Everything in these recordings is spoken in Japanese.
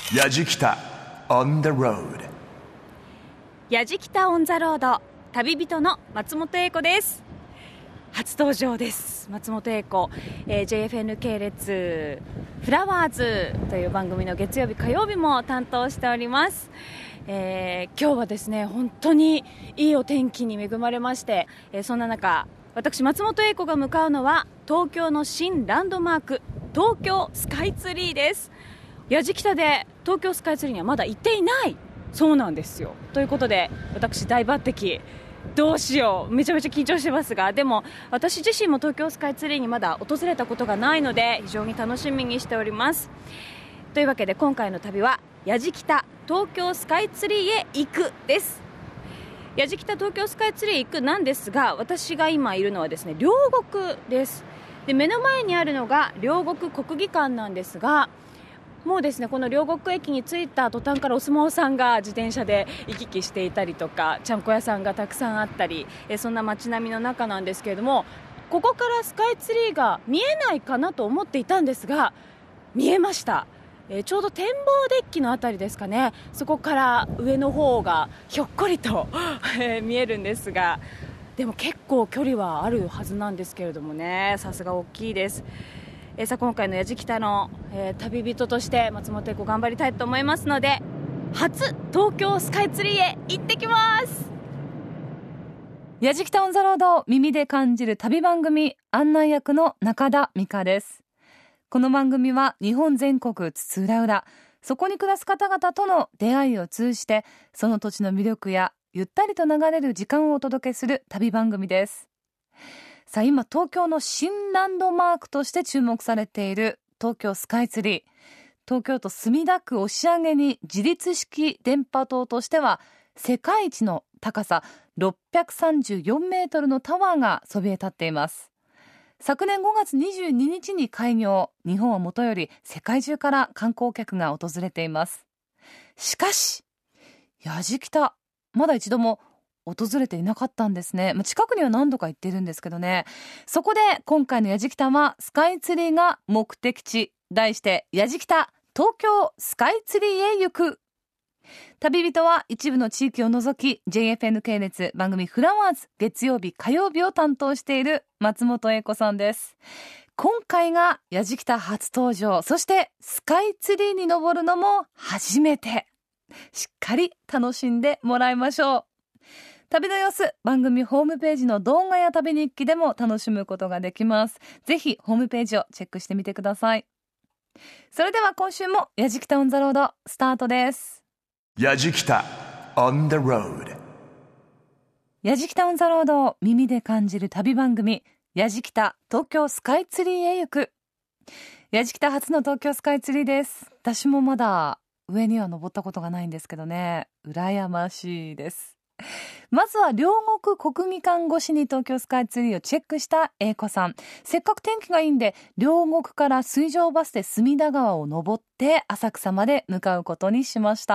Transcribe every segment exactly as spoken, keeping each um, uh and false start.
やじきた on the road。 やじきた on the road、 旅人の松本英子です。初登場です。松本英子、えー、ジェイエフエヌ 系列フラワーズという番組の月曜日火曜日も担当しております。えー、今日はですね本当にいいお天気に恵まれまして、えー、そんな中私松本英子が向かうのは東京の新ランドマーク、東京スカイツリーです。やじきたで東京スカイツリーにはまだ行っていない。そうなんですよ。ということで私大抜擢、どうしよう、めちゃめちゃ緊張してますが、でも私自身も東京スカイツリーにまだ訪れたことがないので非常に楽しみにしております。というわけで今回の旅はやじきた東京スカイツリーへ行くです。やじきた東京スカイツリーへ行くなんですが、私が今いるのはですね両国です。で目の前にあるのが両国国技館なんですが、もうですねこの両国駅に着いた途端からお相撲さんが自転車で行き来していたりとか、ちゃんこ屋さんがたくさんあったり、えそんな街並みの中なんですけれども、ここからスカイツリーが見えないかなと思っていたんですが見えました。えー、ちょうど展望デッキのあたりですかね、そこから上の方がひょっこりと、えー、見えるんですが、でも結構距離はあるはずなんですけれどもね、さすが大きいです。えー、さあ今回のやじきたの、えー、旅人として松本英子頑張りたいと思いますので、初東京スカイツリーへ行ってきます。 やじきたオンザロード、耳で感じる旅番組、案内役の中田美香です。この番組は日本全国津々浦々、そこに暮らす方々との出会いを通じて、その土地の魅力やゆったりと流れる時間をお届けする旅番組です。さあ今東京の新ランドマークとして注目されている東京スカイツリー、東京都墨田区押上に自立式電波塔としては世界一の高さろっぴゃくさんじゅうよんメートルのタワーがそびえ立っています。昨年ごがつにじゅうににちに開業、日本はもとより世界中から観光客が訪れています。しかしやじきたまだ一度も訪れていなかったんですね。近くには何度か行ってるんですけどね。そこで今回のやじきたはスカイツリーが目的地、題してやじきた東京スカイツリーへ行く。旅人は一部の地域を除き ジェイエフエヌ 系列番組フラワーズ、月曜日火曜日を担当している松本英子さんです。今回がやじきた初登場、そしてスカイツリーに登るのも初めて。しっかり楽しんでもらいましょう。旅の様子、番組ホームページの動画や旅日記でも楽しむことができます。ぜひホームページをチェックしてみてください。それでは今週もやじきたオンザロードスタートです。 やじきた on the road。 やじきたオンザロード、耳で感じる旅番組、やじきた東京スカイツリーへ行く。やじきた初の東京スカイツリーです。私もまだ上には登ったことがないんですけどね、羨ましいです。まずは両国国技館越しに東京スカイツリーをチェックした英子さん。せっかく天気がいいんで両国から水上バスで隅田川を登って浅草まで向かうことにしました。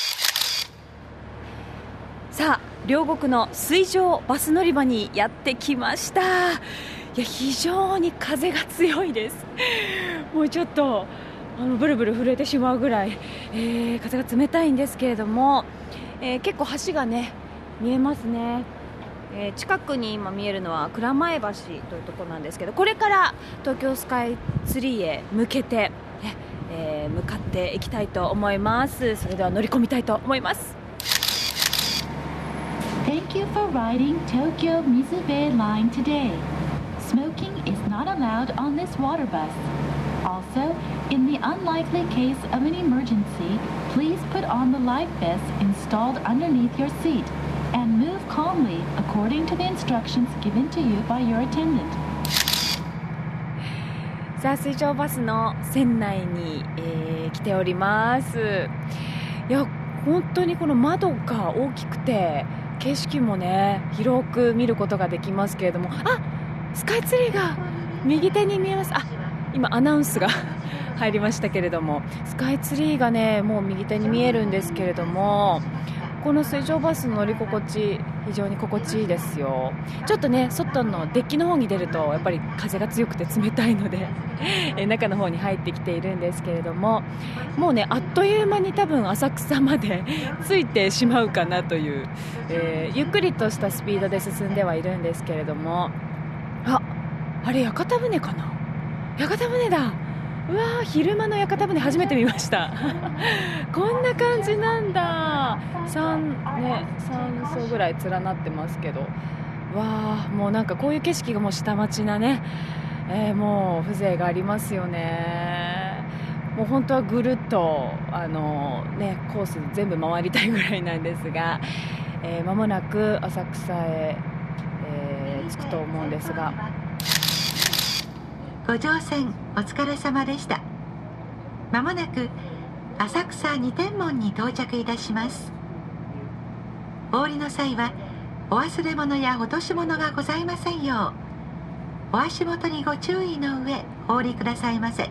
さあ両国の水上バス乗り場にやってきました。いや非常に風が強いです。もうちょっとあのブルブル震えてしまうぐらい、えー、風が冷たいんですけれども、えー、結構橋がね見えますね。えー、近くに今見えるのは蔵前橋というところなんですけど、これから東京スカイツリーへ向けて、えー、向かっていきたいと思います。それでは乗り込みたいと思います。 Thank you for riding Tokyo Mizube Line today. Smoking is not allowed on this water bus. Also, in the unlikely case of an emergency, please put on the life vest installed underneath your seat and move calmly according to the instructions given to you by your attendant. さあ水上バスの船内に、えー、来ております。いや本当にこの窓が大きくて景色もね広く見ることができますけれども、あ、スカイツリーが右手に見えます。あ、今アナウンスが入りましたけれども、スカイツリーがねもう右手に見えるんですけれども、 この水上バスの乗り心地非常に心地いいですよ。ちょっとね外のデッキの方に出るとやっぱり風が強くて冷たいのでえ中の方に入ってきているんですけれども、もうねあっという間に多分浅草まで着いてしまうかなという、えー、ゆっくりとしたスピードで進んではいるんですけれども、あ、あれ屋形船かな、屋形船だ。うわー、昼間の屋形船初めて見ましたこんな感じなんだ。 さん,、ね、さん層ぐらい連なってますけど、わー、もうなんかこういう景色がもう下町なね、えー、もう風情がありますよね。もう本当はぐるっとあの、ね、コース全部回りたいぐらいなんですが、えー、間もなく浅草へ、えー、着くと思うんですが、 ご乗船お疲れ様でした。まもなく浅草二天門に到着いたします。お降りの際はお忘れ物や落とし物がございませんよう、お足元にご注意の上お降りくださいませ。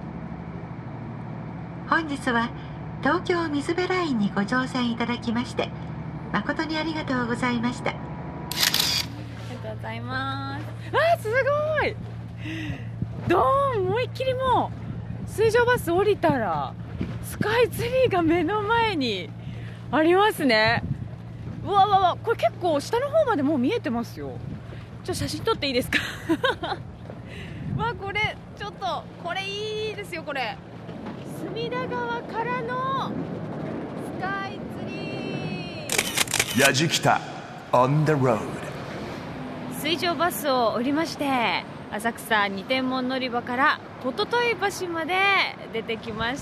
本日は東京水辺ラインにご乗船いただきまして誠にありがとうございました。 ありがとうございます。わー、すごい、ドーン、思いっきりもう水上バス降りたらスカイツリーが目の前にありますね。うわわわ、これ結構下の方までもう見えてますよ。ちょっと写真撮っていいですかわ、これちょっとこれいいですよ。これ隅田川からのスカイツリー。 やじきた on the road。 水上バスを降りまして浅草二天門乗り場から琴戸橋まで出てきました。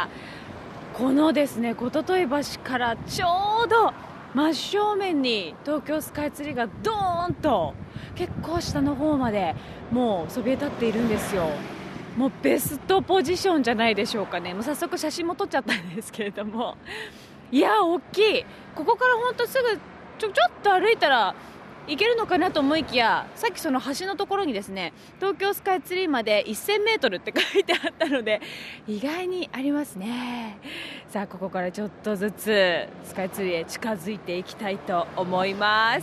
このですね琴戸橋からちょうど真正面に東京スカイツリーがドーンと結構下の方までもうそびえ立っているんですよ。もうベストポジションじゃないでしょうかね。もう早速写真も撮っちゃったんですけれども、いや大きい。ここからほんとすぐちょ、ちょっと歩いたら行けるのかなと思いきや、さっきその橋のところにですね東京スカイツリーまでせんメートルって書いてあったので意外にありますね。さあここからちょっとずつスカイツリーへ近づいていきたいと思います。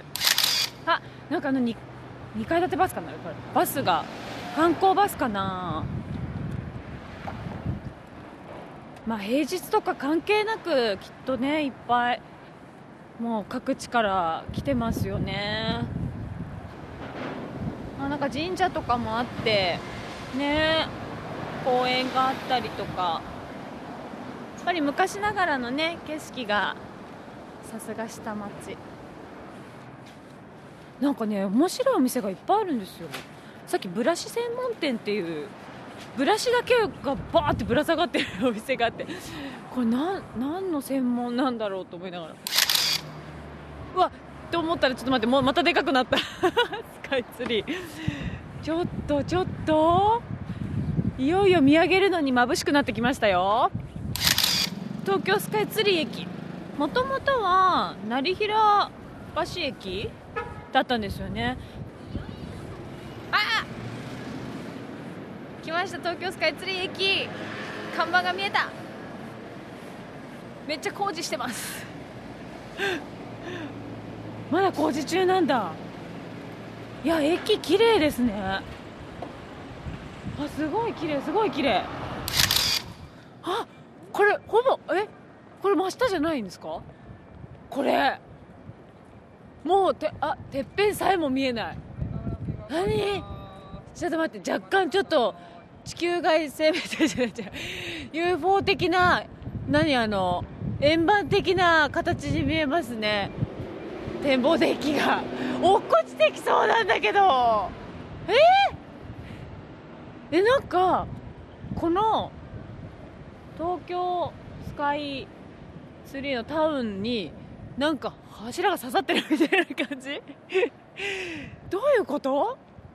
あ、なんかあの 2, にかい建てバスかな、これバスが観光バスかな。まあ平日とか関係なくきっとねいっぱいもう各地から来てますよね。あ、なんか神社とかもあってね、公園があったりとか、やっぱり昔ながらのね景色がさすが下町。なんかね面白いお店がいっぱいあるんですよ。さっきブラシ専門店っていうブラシだけがバーってぶら下がってるお店があって、これ何何の専門なんだろうと思いながら、うわっと思ったらちょっと待って、もうまたでかくなったスカイツリー。ちょっとちょっといよいよ見上げるのに眩しくなってきましたよ。東京スカイツリー駅、もともとは成平橋駅だったんですよね。あ、来ました東京スカイツリー駅。看板が見えた。めっちゃ工事してますまだ工事中なんだ。いや駅綺麗ですね。あ、すごい綺麗、すごい綺麗。あ、これほぼえこれ真下じゃないんですか。これもうてあてっぺんさえも見えない。何、ちょっと待って、若干ちょっと地球外生命体じゃないじゃん ユーフォー 的な、何あの円盤的な形に見えますね。展望デッキが落っこちてきそうなんだけど、えー、えなんかこの東京スカイツリーのタウンになんか柱が刺さってるみたいな感じどういうこと？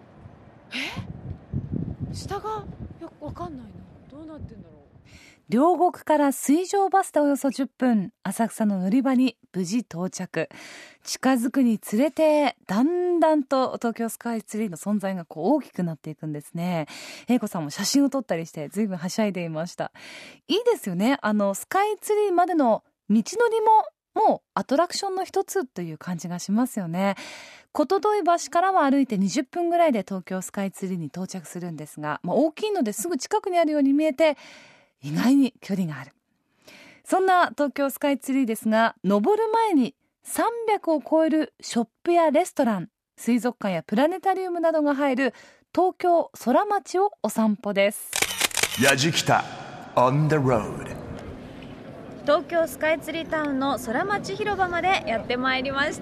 え下がよくわかんないな。どうなってんだろう。 両国から水上バスでおよそじゅっぷん、浅草の乗り場に無事到着。近づくにつれてだんだんと東京スカイツリーの存在がこう大きくなっていくんですね。英子さんも写真を撮ったりして随分はしゃいでいました。いいですよね。あのスカイツリーまでの道のりももうアトラクションの一つという感じがしますよね。琴戸橋からは歩いてにじゅっぷんぐらいで東京スカイツリーに到着するんですが、まあ、大きいのですぐ近くにあるように見えて意外に距離がある。そんな東京スカイツリーですが、登る前にさんびゃくを超えるショップやレストラン、水族館やプラネタリウムなどが入る東京空町をお散歩です。 やじきた on the road。 東京スカイツリータウンの空町広場までやってまいりました。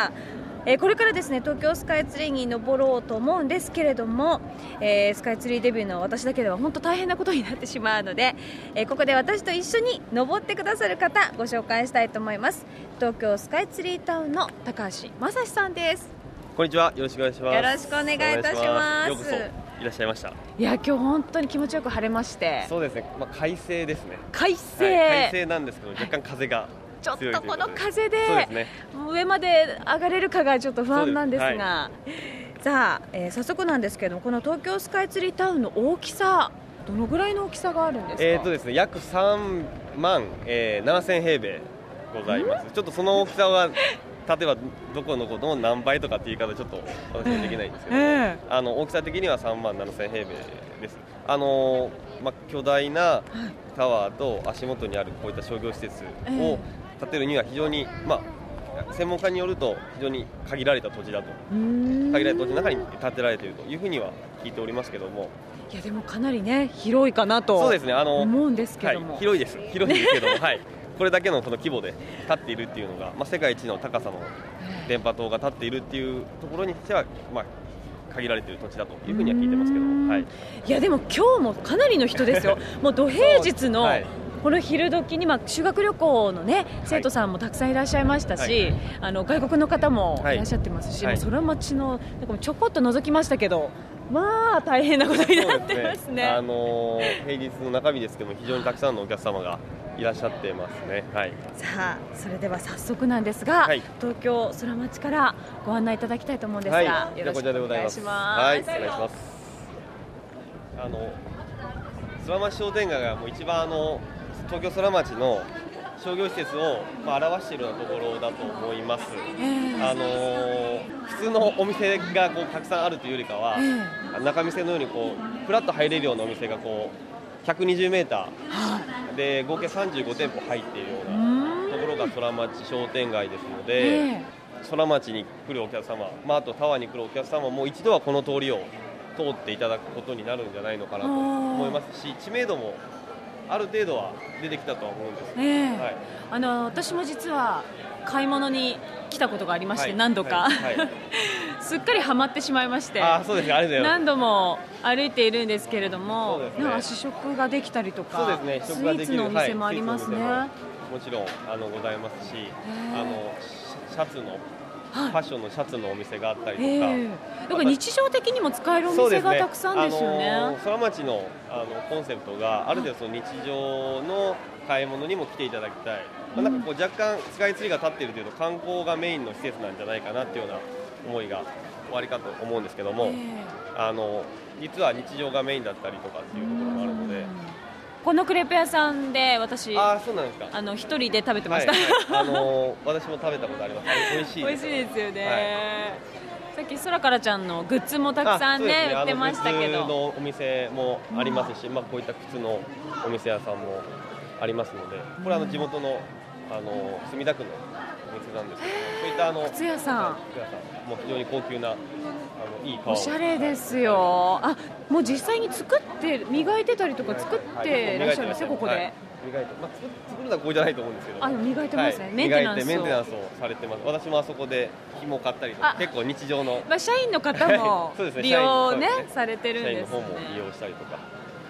えー、これからですね東京スカイツリーに登ろうと思うんですけれども、えー、スカイツリーデビューの私だけでは本当大変なことになってしまうので、えー、ここで私と一緒に登ってくださる方ご紹介したいと思います。東京スカイツリータウンの高橋正史さんです。 こんにちは、よろしくお願いします。 よろしくお願いいたします。 ようこそいらっしゃいました。 いや今日本当に気持ちよく晴れまして。 そうですね、まあ、快晴ですね。 快晴、 はい、快晴なんですけど若干風がちょっ強いということで、 とこの風でそうですね、 上まで上がれるかがちょっと不安なんですが、 はさあ、えー、早速なんですけどもこの東京スカイツリータウンの大きさどのぐらいの大きさがあるんですか？ えーとですね、約さんまん、えー、ななせん平米ございます。ちょっとその大きさは例えばどこのことの何倍とかっていう言い方ちょっと私はできないんですけど、 えー、 あの大きさ的にはさんまんななせん平米です。あのーまあ、巨大なタワーと足元にあるこういった商業施設を建てるには非常に、まあ、専門家によると非常に限られた土地だと、限られた土地の中に建てられているというふうには聞いておりますけども、 いやでもかなりね広いかなとそうですね、あの思うんですけども、 はい、広いです広いんですけども、はい、これだけのこの規模で立っているっていうのが、まあ、世界一の高さの電波塔が立っているっていうところにしては、まあ、限られている土地だというふうには聞いてますけども、はい、いやでも今日もかなりの人ですよもう土平日のこの昼時に、まあ、修学旅行の、ね、生徒さんもたくさんいらっしゃいましたし、はい、あの外国の方もいらっしゃってますし、はい、もう空町のなんかちょこっと覗きましたけど、まあ大変なことになってますね。 あのー、平日の中日ですけども非常にたくさんのお客様がいらっしゃってますね。はい、 さあそれでは早速なんですが、はい、東京空町からご案内いただきたいと思うんですが、はい、よろしくお願いします。 はい、お願いします。あの空町商店街がもう一番あの東京空町の商業施設を、まあ、表しているようなところだと思います。えー、あのー、普通のお店がこうたくさんあるというよりかは、えー、中店のようにこうフラッと入れるようなお店がこうひゃくにじゅうメーターで合計さんじゅうごてんぽ入っているようなところが空町商店街ですので、えー、空町に来るお客様、まあ、あとタワーに来るお客様も一度はこの通りを通っていただくことになるんじゃないのかなと思いますし、知名度もある程度は出てきたとは思うんです、 えーはい、あの私も実は買い物に来たことがありまして、はい、何度か、はいはい、すっかりハマってしまいまして、 あ、そうですか、ありがとうございます。 何度も歩いているんですけれども、そうですね、なんか試食ができたりとか、 そうですね、 スイーツのお店もありますね。 はい、もちろんあのございますし、あのシャツのファッションのシャツのお店があったりとか、 えー、だから日常的にも使えるお店がたくさんですよね。 あの空町のあのコンセプトがある程度その日常の買い物にも来ていただきたい、まあ、なんかこう若干スカイツリーが立っているというと観光がメインの施設なんじゃないかなっていうような思いがおありかと思うんですけども、えー、あの実は日常がメインだったりとかっていうところもあるので、 このクレープ屋さんで私、 あ、そうなんですか、 あの一人で食べてました。 はいはい、あの私も食べたことあります。美味しいです。 美味しいですよね。はい、さっき空からちゃんのグッズもたくさん ね, ね売ってましたけど、 グッズのお店もありますし、うん、まあ、こういった靴のお店屋さんもありますので、これはあの地元の、あの墨田区のお店なんですけど、そういったあの靴屋さん、 はい、靴屋さんも非常に高級なあのいい革を、 おしゃれですよ。あ、もう実際に作って磨いてたりとか作ってらっしゃるんですよ、ここで。はい、 磨いて、まあ、作るのはここじゃないと思うんですけど、 あ、磨いてますね、はい、メンテナンスをメンテナンスをされてます。私もあそこで紐を買ったりとか、結構日常の、 まあ、社員の方も利用、ね、されてるんですね。 社員の方も利用したりとか、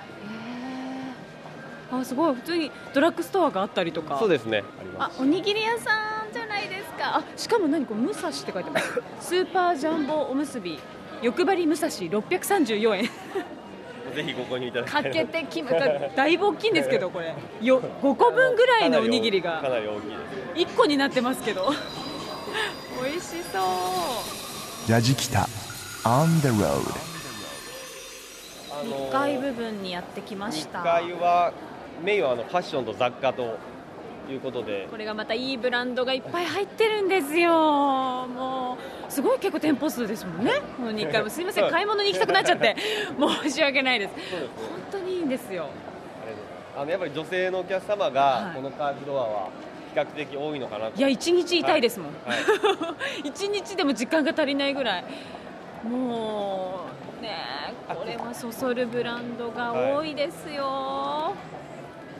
あ、すごい、普通にドラッグストアがあったりとか。 そうですね、あります。 あ、おにぎり屋さんじゃないですか。あ、しかも何これ、武蔵って書いてますスーパージャンボおむすび欲張り武蔵ろっぴゃくさんじゅうよんえんぜひご購入いただきたい。かけてきまだいぶ大きいんですけど、これよごこぶんぐらいのおにぎりがかなり大きいです。 いっこになってますけど美味しそう。 ラジキタ on the road。 いっかい部分にやってきました。 いっかいはメインはあのファッションと雑貨ということで、 これがまたいいブランドがいっぱい入ってるんですよ。もうすごい結構店舗数ですもんね。このにかいもすいません、買い物に行きたくなっちゃって申し訳ないです。 そうですね、 本当にいいんですよ。 あのやっぱり女性のお客様がこのカーフロアは比較的多いのかなと。 いや一日いたいですもん、 はいはい、 一日でも時間が足りないぐらい、もうねこれはそそるブランドが多いですよ、はい、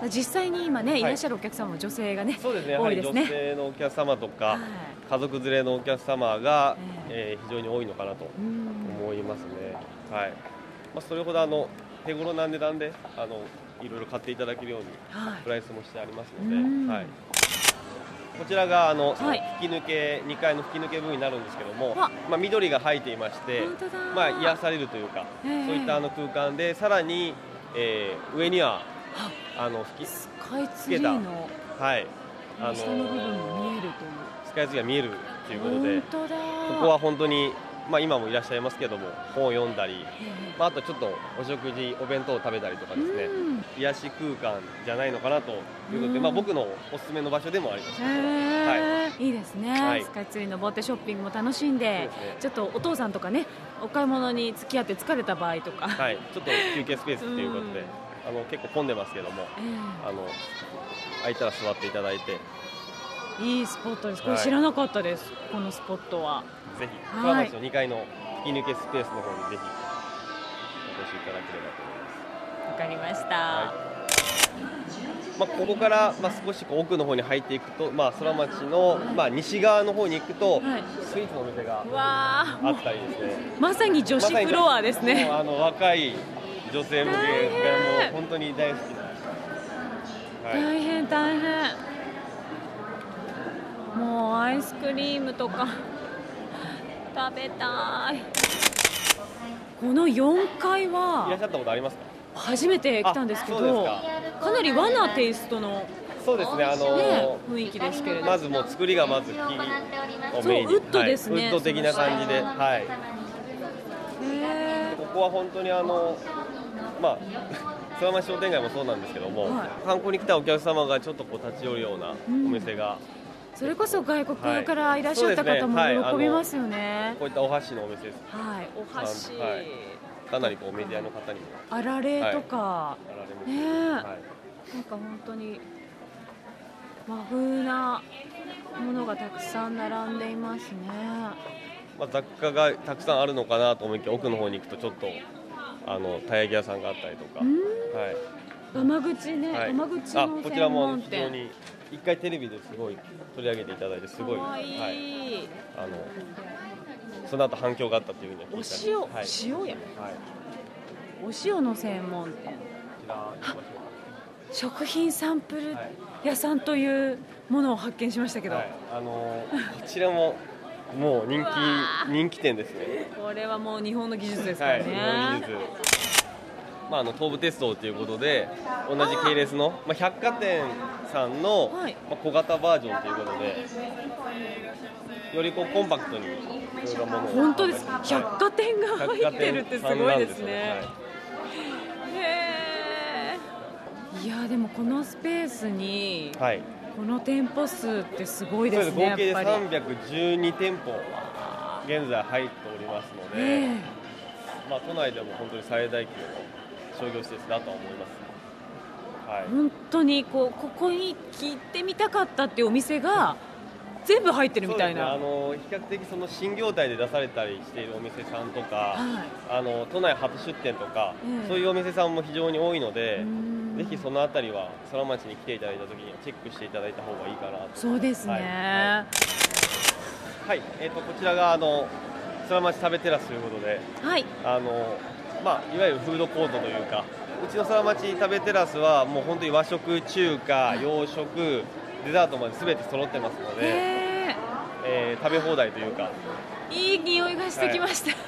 実際に今ねいらっしゃるお客様も女性がね、 そうですね、 多いですね。 女性のお客様とか、 はい、 家族連れのお客様が、えーえー、非常に多いのかなと思いますね。はい、まあ、それほどあの手頃な値段であのいろいろ買っていただけるように、はい、プライスもしてありますので、はい、こちらがあの、はい、吹き抜けにかいの吹き抜け部分になるんですけども、まあ、緑が入っていまして、まあ、癒されるというか、そういったあの空間で、さらに、えー、上にはあの吹きスカイツリーの、 はい、 あの下の部分も見えるという、 スカイツリーが見えるということで、 本当だ、 ここは本当に、まあ、今もいらっしゃいますけども、本を読んだり、まあ、あとちょっとお食事、お弁当を食べたりとかですね、癒し空間じゃないのかなということで、まあ、僕のおすすめの場所でもあります。 はい、いいですね、はい、スカイツリー登ってショッピングも楽しんで、 ね、 ちょっとお父さんとかね、お買い物に付き合って疲れた場合とか、 はい、ちょっと休憩スペースということで、あの結構混んでますけども、えー、あの空いたら座っていただいて、 いいスポットです。これ知らなかったです、はい、このスポットは。 ぜひ倉町のにかいの吹き抜けスペースの方にぜひお越しいただければと思います。 わかりました、 はい、まあ、ここから、まあ、少しこう奥の方に入っていくと、まあ、空町の、まあ、西側の方に行くと、はい、スイーツのお店があったりですね、 まさに女子フロアですね。 ま、あの若い女性向けがもう本当に大好きな、 はい、大変大変、もうアイスクリームとか食べたい。このよんかいはいらっしゃったことありますか？ 初めて来たんですけど、か, かなり和なテイストの、 そうですね、あのーね、雰囲気ですけれど、 まずもう作りがまず木をメインに、 そうウッドですね、 はい、ウッド的な感じで、はい、へここは本当にあのまあ諏訪町商店街もそうなんですけども、はい、観光に来たお客様がちょっとこう立ち寄るようなお店が、 うん、それこそ外国からいらっしゃった方も喜びますよね、はい、 こういったお箸のお店です、 はい、お箸、はい、 かなりこうメディアの方にもあられとか、はい、ねえ、はい、なんか本当に和風なものがたくさん並んでいますね。 まあ、雑貨がたくさんあるのかなと思いきや、奥の方に行くとちょっとあのたい焼き屋さんがあったりとか、はい、 山口ね、はい、山口の専門店、 あこちらも非常に一回テレビですごい取り上げていただいて、すごい、 かわいい、はい、 あのその後反響があったというふうには聞いたり、 お塩、はい、塩や、はい、お塩の専門店、こちら行きましょう。食品サンプル屋さんというものを発見しましたけど、はい、 あのこちらももう人気人気店ですね。 これはもう日本の技術ですからね、 はい、日本技術、まあ、あの東武鉄道ということで同じ系列のまあ、百貨店さんの、はいまあ、小型バージョンということで、よりこうコンパクトにいろいろものを、 本当です、百貨店が入ってるってすごいですね。いやでもこのスペースに、はい、この店舗数ってすごいですね。 合計でさんびゃくじゅうにてんぽ現在入っておりますので、えーまあ、都内でも本当に最大規模の商業施設だと思います、はい、 本当にこうここに聞いてみたかったっていうお店が全部入ってるみたいな、 そうですね、あの比較的その新業態で出されたりしているお店さんとか、はい、あの都内初出店とか、えー、そういうお店さんも非常に多いので、ぜひそのあたりは空町に来ていただいたときにはチェックしていただいた方がいいかなと。 そうですね、はいはい、えー、とこちらがあの空町食べテラスということで、はい、あのまあ、いわゆるフードコートというか、うちの空町食べテラスはもう本当に和食、中華、洋食、デザートまで全て揃ってますので、えー、食べ放題というか、 いい匂いがしてきました、はい、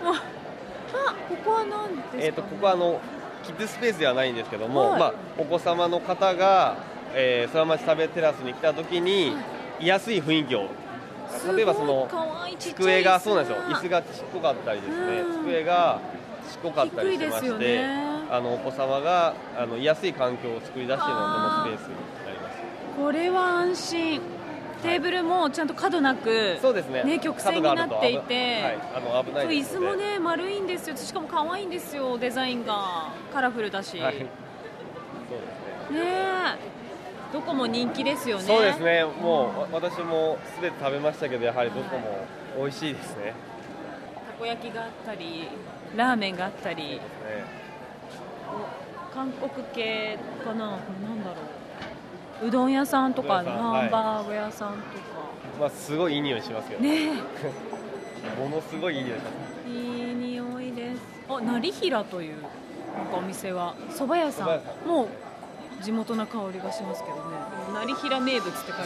もうあここは何ですか、ね、 えー、とここはあのキッズスペースではないんですけども、はい、まあ、お子様の方が、えー、空町食べテラスに来たときに、はい、居やすい雰囲気を、例えばその机がそうなんですよ、椅子がちっこかったりですね、机がちっこかったりしまして、ね、あのお子様があの居やすい環境を作り出しているのがこのスペースになります。 これは安心。テーブルもちゃんと角なく、 そうですね、 ね、曲線になっていて、 はい、あの危ないですので、 椅子もね丸いんですよ。しかも可愛いんですよ、デザインがカラフルだし、 はい、そうですね。 ねえ、どこも人気ですよね。 そうですね、もう私もすべて食べましたけど、やはりどこも美味しいですね。 たこ焼きがあったり、ラーメンがあったり、 ね、 韓国系かな、これなんだろう、うどん屋さんとかハンバーグ屋さんとか、 まあ、すごいいい匂いしますけどねものすごいいい匂いします。 いい匂いです。あ、成平というなんかお店は蕎麦屋さん、もう地元な香りがしますけどね。成平名物って書いてます。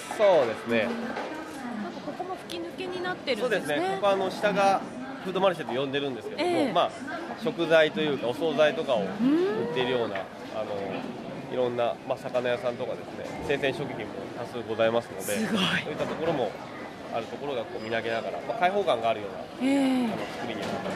そうですね、 なんかここも吹き抜けになってるんですね。 そうですね、ここはあの下がフードマルシェと呼んでるんですけども、 ええ、 まあ、食材というかお惣菜とかを売っているような、あのいろんな、まあ、魚屋さんとかですね、生鮮食品も多数ございますので、 すごい、 そういったところもあるところがこう見上げながら、まあ、開放感があるような、 ええ、 あの作りになっています。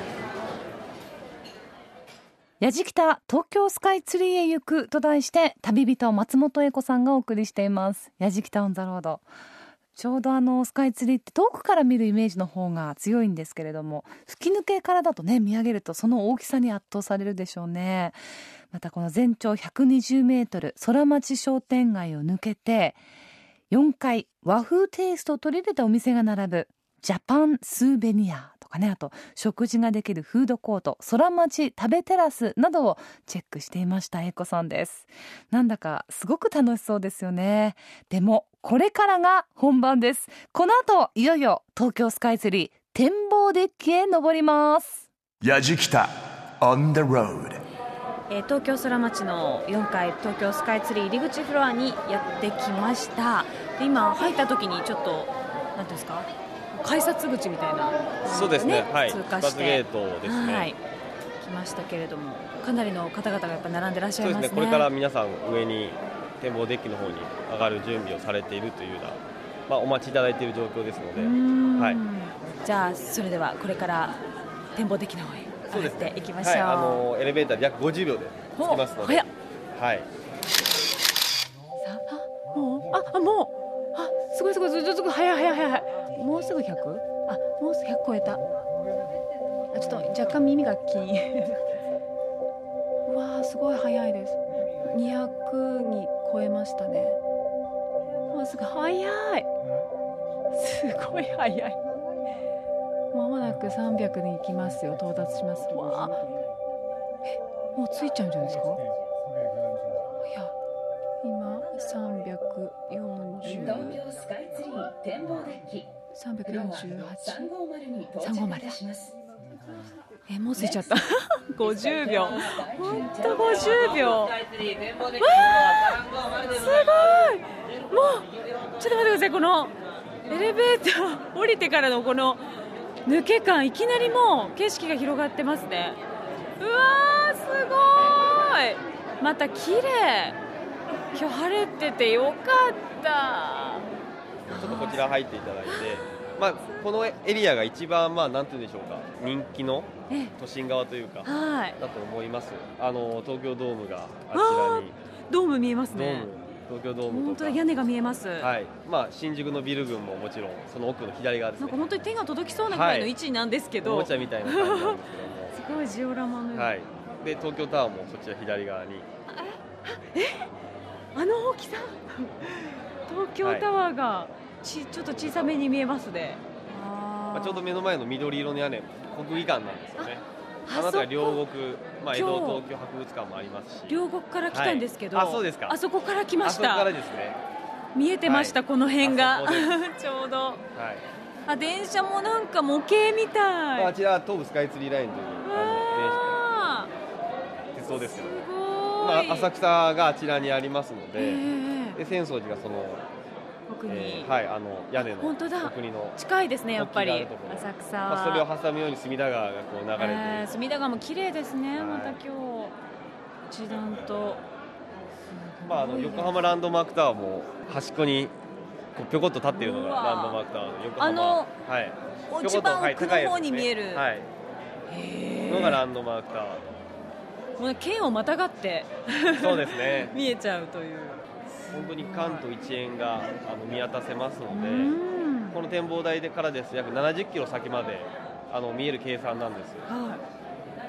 やじきた東京スカイツリーへ行くと題して旅人松本英子さんがお送りしています。やじきたオンザロード。ちょうどあのスカイツリーって遠くから見るイメージの方が強いんですけれども、吹き抜けからだとね、見上げるとその大きさに圧倒されるでしょうね。またこの全長ひゃくにじゅうメートル空町商店街を抜けてよんかい和風テイストを取り入れたお店が並ぶジャパンスーベニアとかね、あと食事ができるフードコート、空町食べテラスなどをチェックしていました英子さんです。なんだかすごく楽しそうですよね。でもこれからが本番です。この後いよいよ東京スカイツリー展望デッキへ登ります。 やじきた on the road。 えー、東京空町のよんかい東京スカイツリー入り口フロアにやってきました。で今入った時にちょっと何ていうんですか、改札口みたいな、 そうですね、はい、 通過してゲートですね、 はい、来ましたけれども、かなりの方々がやっぱ並んでらっしゃいますね。 そうですね、これから皆さん上に展望デッキの方に上がる準備をされているというような、まあ、お待ちいただいている状況ですので、はい、じゃあそれではこれから展望デッキの方へ上がっていきましょう。 はい、あのエレベーターで約ごじゅうびょうで着きますので、はい、 さあもうああもうあすごいすごいすごいすごい早い早い早い、もうすぐ ひゃく？ あもうすぐひゃく超えた。あちょっと若干耳が気にうわーすごい早いです。にひゃくに超えましたね。もうすぐ早い、すごい早い。まもなくさんびゃくに行きますよ、到達します。わーえもうついちゃうんじゃないですか。いや今さんびゃくよんじゅう東京スカイツリー展望デッキさんびゃくよんじゅうはち、 さんごーまるに到着いたします。 えもうついちゃったごじゅうびょう、ほんとごじゅうびょう。わーすごい、もうちょっと待ってください。このエレベーター降りてからのこの抜け感、いきなりもう景色が広がってますね。うわーすごい、また綺麗。今日晴れててよかった。 ちょっとこちら入っていただいて、まあ、このエリアが一番、まあ、なんていうんでしょうか、人気の都心側というか、 はい、 だと思います。あの東京ドームがあちらに、 ドーム見えますね。 東京ドームとか、 本当だ、屋根が見えます。 はい、まあ、新宿のビル群ももちろんその奥の左側ですね。 なんか本当に手が届きそうなぐらいの位置なんですけど、 はい、おもちゃみたいな感じなんですけどもすごいジオラマのような、 はい、で東京タワーもそちら左側に、 えあの大きさ東京タワーがち、ちょっと小さめに見えますね。あ、 まあ、ちょうど目の前の緑色の屋根、国技館なんですよね。あなたが両国、まあ、江戸東京博物館もありますし、 両国から来たんですけど、 はい、あそうですか。 あそこから来ました。 あそこからですね。 見えてました、はい、この辺がちょうど、 はい、 あ電車もなんか模型みたい。 あちら東武スカイツリーラインというあの電車鉄道ですけど、 すごい、 まあ、浅草があちらにありますので、えー、で浅草寺がその奥に、 えー、はい、あの屋根の本当だ、 奥にの近いですね、やっぱり浅草、 まあ、それを挟むように隅田川がこう流れている、 えー、隅田川も綺麗ですね、はい、また今日一段と、 まあ、あの横浜ランドマークタワーも端っこにこうぴょこっと立っているのがランドマークタワーの横浜、 あの、 はい、 一番奥の方に見える、 はい、のがランドマークタワー、 もう県をまたがってそうですね見えちゃうという、 本当に関東一円があの見渡せますので、 うんこの展望台からです約ななじゅっキロ先まであの見える計算なんです。 はい、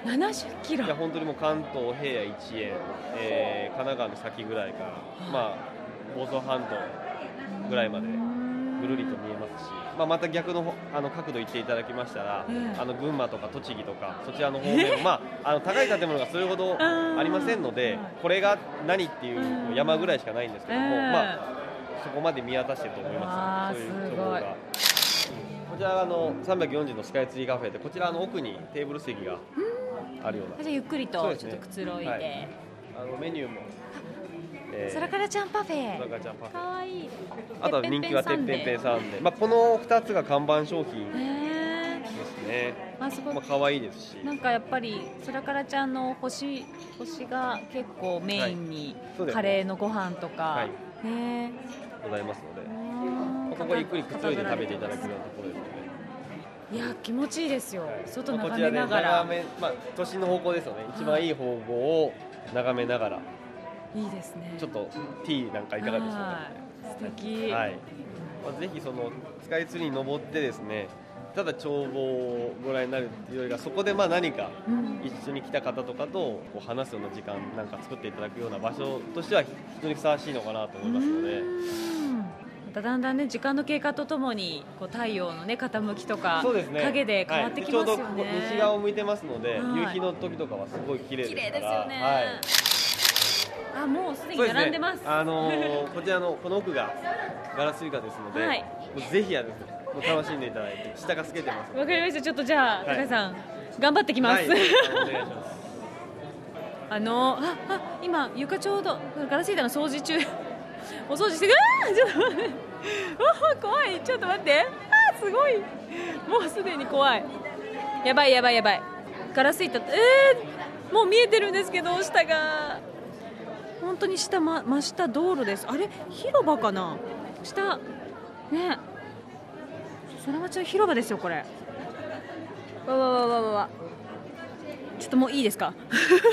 ななじゅっキロ。 いや本当にもう関東平野一円、えー、神奈川の先ぐらいから、まあ、房総半島ぐらいまでぐるりと見えますし、まあ、また逆の、あの角度行っていただきましたら、 ええあの群馬とか栃木とかそちらの方面、まあ、あの高い建物がそれほどありませんので、これが何っていう山ぐらいしかないんですけども、 ええまあ、そこまで見渡していると思います、そういうあーすごい情報が。こちらはあのさんびゃくよんじゅうのスカイツリーカフェで、こちらの奥にテーブル席があるような、 じゃあゆっくりとちょっそうですねとくつろいで、 はいあのメニューも、えーサラカラちゃんパフサラェ、 カラちゃんパフェ、 かわいい。 あとは人気はてっぺんぺんサンデー、まあ、このふたつが看板商品へですね。 ーあすごい、 まあ、可愛いですし、 なんかやっぱりサラカラちゃんの星星が結構メインに、 そうですねカレーのご飯とか、 はいねございますので、 えここゆっくりくつろいで食べていただけるようなところですので、 いや気持ちいいですよ、外まあこ眺ちらでめながら、 眺め、まあ、都心の方向ですよね、一番いい方向を眺めながら、 いいですね。 ちょっとティーなんかいかがでしょうか。 はい素敵、 はい、まあ、ぜひそのスカイツリーに登ってですね、ただ眺望をご覧になるっていうよりか、そこでまあ何かうん一緒に来た方とかとこう話すような時間なんか作っていただくような場所としては非常にふさわしいのかなと思いますので、 うんまただんだんね時間の経過とともにこう太陽のね傾きとかそうですね、 影で変わってきますよね、 はい、ちょうど西側を向いてますので、 はい夕日の時とかはすごい綺麗ですから、 綺麗ですよね、 はい、 あもうすでにそうですね並んでます。 あのーこちらのこの奥がガラス床ですので、 はいもうぜひやですね、もう楽しんでいただいて、下が透けてますので、 わかりました。ちょっとじゃあ、 はい高橋さん頑張ってきます。 はい、お願いします。 あのああ今床ちょうどガラス板の掃除中お掃除してる。あーちょっと待ってあー怖い。ちょっと待ってあーすごいもうすでに怖い。やばいやばいやばい。ガラス板えー、もう見えてるんですけど下が本当に下、ま、真下道路です。あれ広場かな下ね空町の広場ですよこれ。わわわわわわちょっともういいですか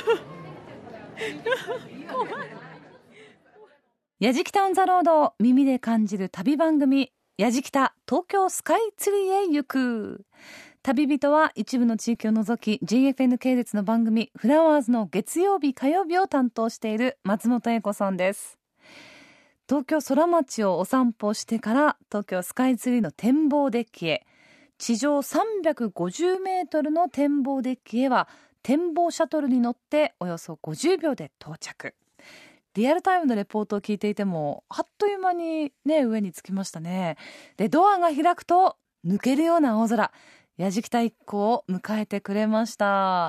やじきたオンザロード、耳で感じる旅番組、やじきた東京スカイツリーへ行く。旅人は一部の地域を除き ジェイエフエヌ 系列の番組フラワーズの月曜日火曜日を担当している松本英子さんです。東京空町をお散歩してから東京スカイツリーの展望デッキへ、地上さんびゃくごじゅうメートルの展望デッキへは展望シャトルに乗っておよそごじゅうびょうで到着。リアルタイムのレポートを聞いていてもあっという間にね上に着きましたね。でドアが開くと抜けるような青空、やじきた一行を迎えてくれました。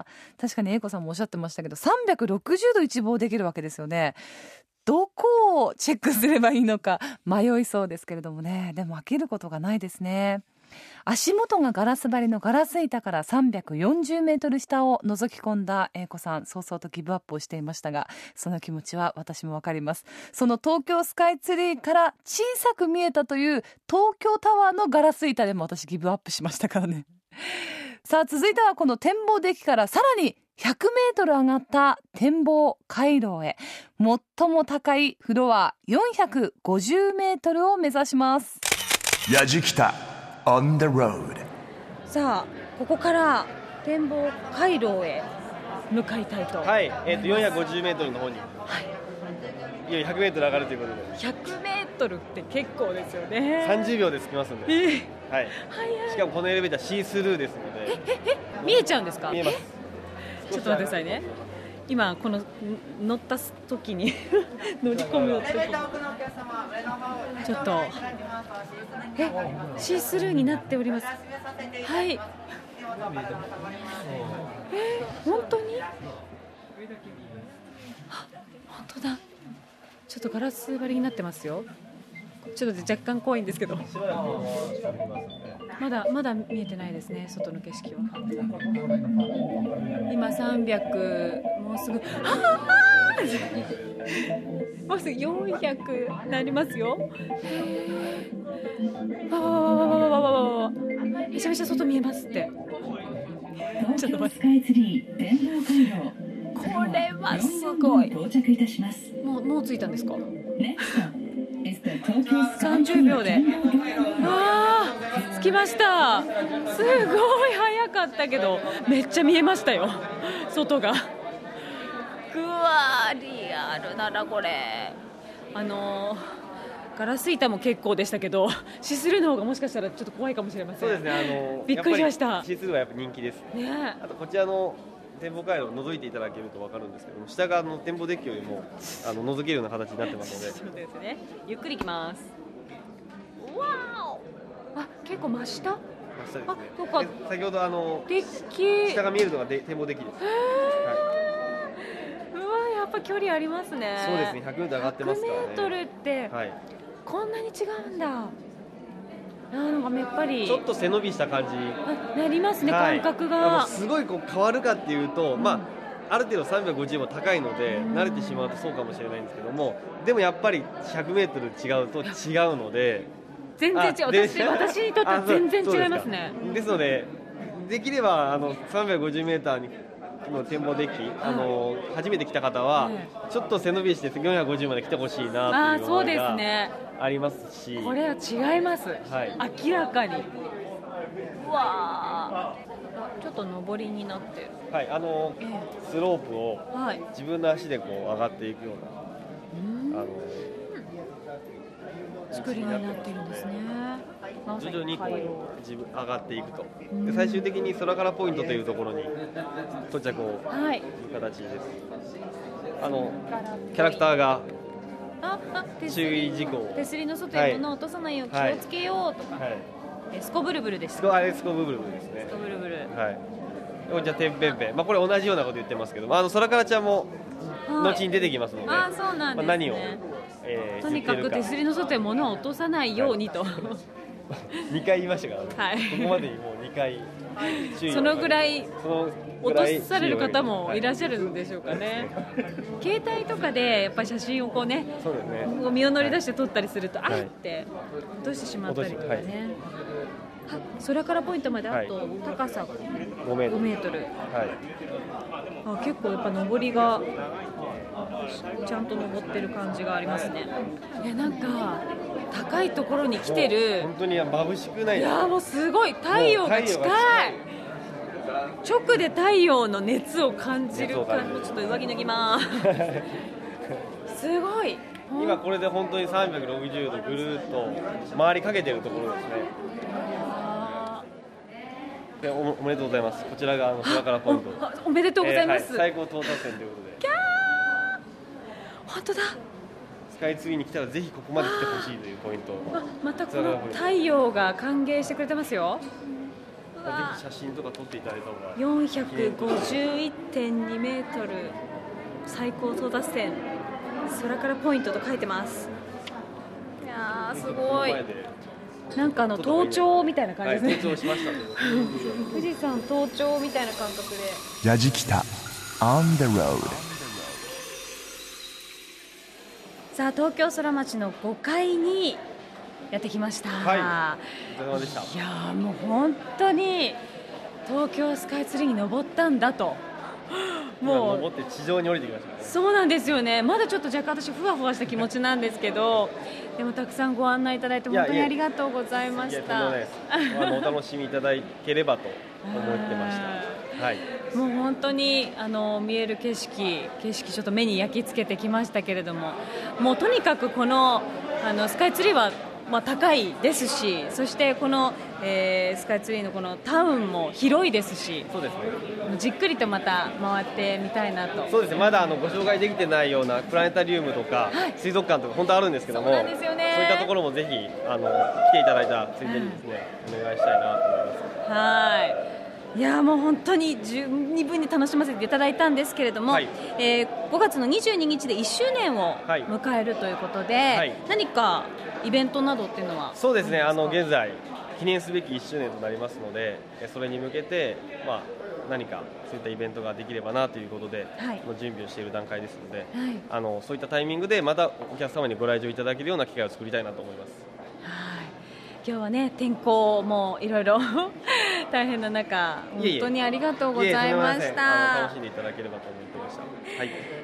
確かに英子さんもおっしゃってましたけどさんびゃくろくじゅうど一望できるわけですよね。どこをチェックすればいいのか迷いそうですけれどもね、でも飽きることがないですね。足元がガラス張りのガラス板からさんびゃくよんじゅうメートル下を覗き込んだ英子さん、早々とギブアップをしていましたが、その気持ちは私もわかります。その東京スカイツリーから小さく見えたという東京タワーのガラス板でも私ギブアップしましたからね。さあ続いてはこの展望デッキからさらにひゃくメートル上がった展望回廊へ、最も高いフロアよんひゃくごじゅうメートルを目指します。 やじきた on the road。 さあここから展望回廊へ向かいたいと。 はい、えー、とよんひゃくごじゅうメートルの方に、いよいよひゃくメートル上がるということでひゃくメートルって結構ですよね。 さんじゅうびょうで着きますので、 えーはい、 早い。 しかもこのエレベーターシースルーですので見えちゃうんですか。 見えます。 ちょっと待ってくださいね。今この乗った時に乗り込む時にちょっとえシースルーになっております。はい。えー、本当にあ本当だ。ちょっとガラス張りになってますよ。ちょっと若干怖いんですけど、まだまだ見えてないですね、外の景色は。今さんびゃく、もうすぐあーもうすぐよんひゃくなりますよ。わわわわわわわわわわ、めちゃめちゃ外見えますって。ちょっと待って、 スカイツリー展望回廊、 これはすごい。 到着いたします。 もうもう着いたんですか。 さんじゅうびょうであー着きました。すごい早かったけどめっちゃ見えましたよ外が。うわーリアルならこれあのーガラス板も結構でしたけどシスルーの方がもしかしたらちょっと怖いかもしれません。 そうですね、あのびっくりしました。 シスルーはやっぱ人気ですね。 あとこちらの展望回路を覗いていただけると分かるんですけども、下側の展望デッキよりもあの覗けるような形になってますのでそうですね、ゆっくり行きます。わーお、あ結構真下、 真下ですね。 あそうか、 で先ほどあのデッキ下が見えるのがで展望デッキです。 へー、はい、うわやっぱ距離ありますね。 そうですね、ひゃくメートル上がってますからね。 ひゃくメートルって、はい、こんなに違うんだ。あなんかやっぱりちょっと背伸びした感じあなりますね、はい、感覚がすごいこう変わるかっていうと、うん、まあある程度さんびゃくごじゅうも高いので、うん、慣れてしまうとそうかもしれないんですけども、でもやっぱりひゃくメートル違うと違うので全然違う。私, 私にとっては全然違いますね。 です, ですのでできればあのさんびゃくごじゅうメーターにの展望デッキ、はい、あの初めて来た方は、はい、ちょっと背伸びしてよんひゃくごじゅうまで来てほしいなっていう思いがありますし、 これは違います、はい、明らかに。うわちょっと上りになってる、 はい、あの、えー、スロープを自分の足でこう上がっていくような、はい、あの作りになってるんですね。 徐々にこう自分上がっていくと、で最終的に空からポイントというところに到着をする形です、はい、あのキャラクターが注意事項、 手すりの外へ物を落とさないよう気をつけようとか、はいはい、えスコブルブルでした。 あれスコブルブルですね。 スコブルブル、 はい、じゃあてんぺんぺん、まあ、これ同じようなこと言ってますけど、あの空からちゃんも後に出てきますので、 はい、あそうなんですね、まあ、何を、 えー、 とにかく手すりの外へ物を落とさないようにと、はいにかい言いましたから、ね、はい、ここまでにもうにかい注意を、 そのぐらい落とされる方もいらっしゃるんでしょうかね、はい、携帯とかでやっぱり写真をこうね、そうですね、身を乗り出して撮ったりすると、はい、あって落としてしまったりとかね、はい、空からポイントまであと高さごメートル、はい、あ結構やっぱ上りがちゃんと登ってる感じがありますね。いやなんか高いところに来てる、 本当に眩しくないですか。 いやもうすごい太陽が近い、直で太陽の熱を感じる感じ。ちょっと上着脱ぎますすごい、 今これで本当にさんびゃくろくじゅうどぐるっと回りかけてるところですね。で お, おめでとうございます。こちらがあの空からポイントお, おめでとうございます、 えーはい、最高到達点ということで、 キャー本当だ、 スカイツリーに来たらぜひここまで来てほしいというポイント。 またこの太陽が歓迎してくれてますよ。 ぜひ写真とか撮っていただいた方が。 よんひゃくごじゅういってんにメートル最高到達点空からポイントと書いてます。いやーすごい、なんかあの登頂みたいな感じですね、 はい、登頂しましたという富士山登頂みたいな感覚で。 やじきた On the road。 さあ東京ソラマチのごかいにやってきました。 はい、お疲れ様でした。 いやもう本当に東京スカイツリーに登ったんだと、 もう登って地上に降りてきました、ね、 そうなんですよね。まだちょっと若干私ふわふわした気持ちなんですけどでもたくさんご案内いただいて本当にありがとうございました。 いやいやとんでもないです。あのお楽しみいただければと思ってましたはい、 もう本当にあの見える景色景色ちょっと目に焼き付けてきましたけれども、もうとにかくこの、あのスカイツリーはまあ高いですし、そしてこの、えー、スカイツリーのこのタウンも広いですし、 そうですね、 じっくりとまた回ってみたいなと。 そうですね、まだあのご紹介できてないようなプラネタリウムとか、はい、水族館とか本当あるんですけども、 そうなんですよね、 そういったところもぜひあの来ていただいたついでにですね、うん、お願いしたいなと思います。 はい、いやもう本当に十二分に楽しませていただいたんですけれども、はい、えー、ごがつのにじゅうににちでいっしゅうねんを迎えるということで、はい、何かイベントなどっていうのは。 そうですね、あの現在記念すべきいっしゅうねんとなりますので、それに向けて、まあ、何かそういったイベントができればなということで、はい、の準備をしている段階ですので、はい、あのそういったタイミングでまたお客様にご来場いただけるような機会を作りたいなと思います。 はい、今日はね天候もいろいろ大変な中本当にありがとうございました。 いえいえ、楽しんでいただければと思ってました。はい、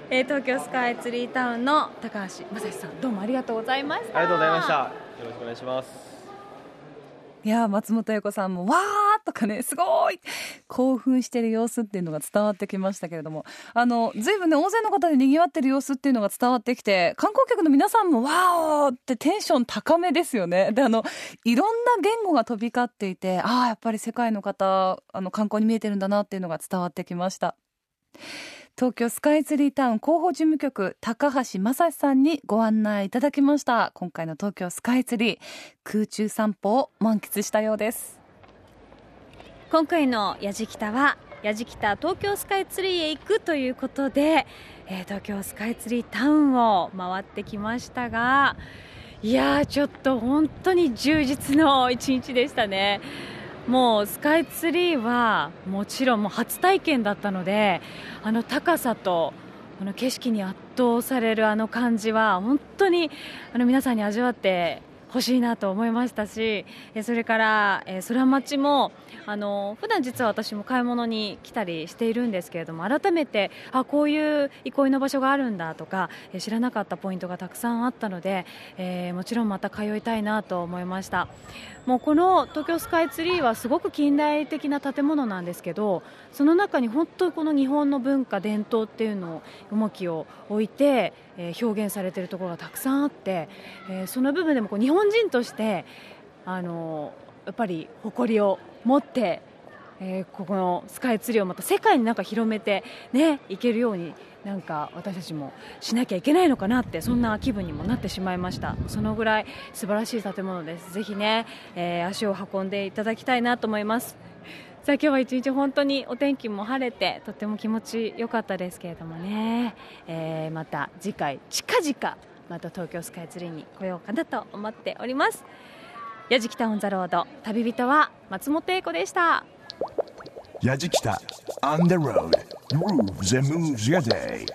えー、東京スカイツリータウンの高橋正史さん、どうもありがとうございました。 ありがとうございました。よろしくお願いします。 いや松本英子さんもわーとかね、すごい興奮している様子っていうのが伝わってきましたけれども、あのずいぶんね大勢の方で賑わってる様子っていうのが伝わってきて、観光客の皆さんもわーってテンション高めですよね。であのいろんな言語が飛び交っていて、ああやっぱり世界の方あの観光に見えてるんだなっていうのが伝わってきました。東京スカイツリータウン広報事務局高橋正史さんにご案内いただきました。今回の東京スカイツリー空中散歩を満喫したようです。 今回のやじきたはやじきた東京スカイツリーへ行くということで、えー、東京スカイツリータウンを回ってきましたが、いやーちょっと本当に充実の一日でしたね。もうスカイツリーはもちろんもう初体験だったので、あの高さとあの景色に圧倒されるあの感じは本当にあの皆さんに味わって欲しいなと思いましたし、それから空町もあの普段実は私も買い物に来たりしているんですけれども、改めてあこういう憩いの場所があるんだとか知らなかったポイントがたくさんあったので、えー、もちろんまた通いたいなと思いました。もうこの東京スカイツリーはすごく近代的な建物なんですけど、その中に本当にこの日本の文化伝統っていうのを重きを置いて、えー、表現されているところがたくさんあって、えー、その部分でもこう日本人としてあのやっぱり誇りを持って、えー、ここのスカイツリーをまた世界になんか広めて、ね、いけるようになんか私たちもしなきゃいけないのかなって、そんな気分にもなってしまいました。そのぐらい素晴らしい建物です。ぜひね、えー、足を運んでいただきたいなと思います。さあ今日は一日本当にお天気も晴れてとっても気持ちよかったですけれどもね、えー、また次回近々また東京スカイツリーに来ようかなと思っております。やじきたオンザロード、旅人は松本英子でした。 やじきた On the road Grooves and Moves your day。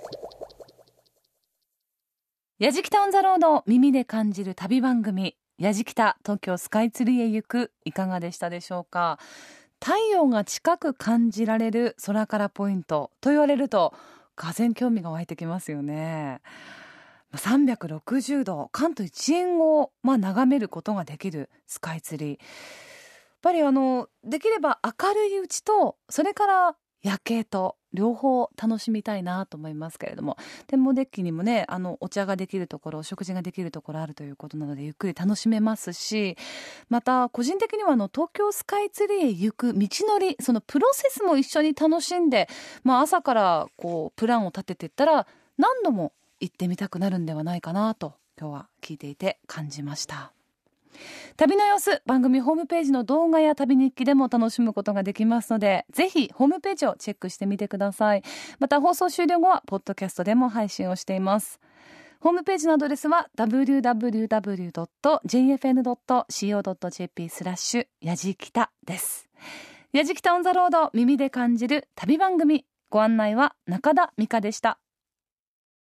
やじきたオンザロード、耳で感じる旅番組やじきた東京スカイツリーへ行く、いかがでしたでしょうか。太陽が近く感じられる空からポイントと言われるとがぜん興味が湧いてきますよね。さんびゃくろくじゅうど関東一円を、まあ、眺めることができるスカイツリー、やっぱりあのできれば明るいうちとそれから夜景と両方楽しみたいなと思いますけれども、展望デッキにもねあのお茶ができるところ、お食事ができるところあるということなのでゆっくり楽しめますし、また個人的にはあの東京スカイツリーへ行く道のり、そのプロセスも一緒に楽しんで、まあ、朝からこうプランを立てていったら何度も行ってみたくなるんではないかなと今日は聞いていて感じました。旅の様子、番組ホームページの動画や旅日記でも楽しむことができますので、ぜひホームページをチェックしてみてください。また放送終了後はポッドキャストでも配信をしています。ホームページのアドレスは ダブリューダブリューダブリュードットジェイエフエヌドットシーオードットジェーピー スラッシュやじきたです。やじきたオンザロード、耳で感じる旅番組、ご案内は中田美香でした。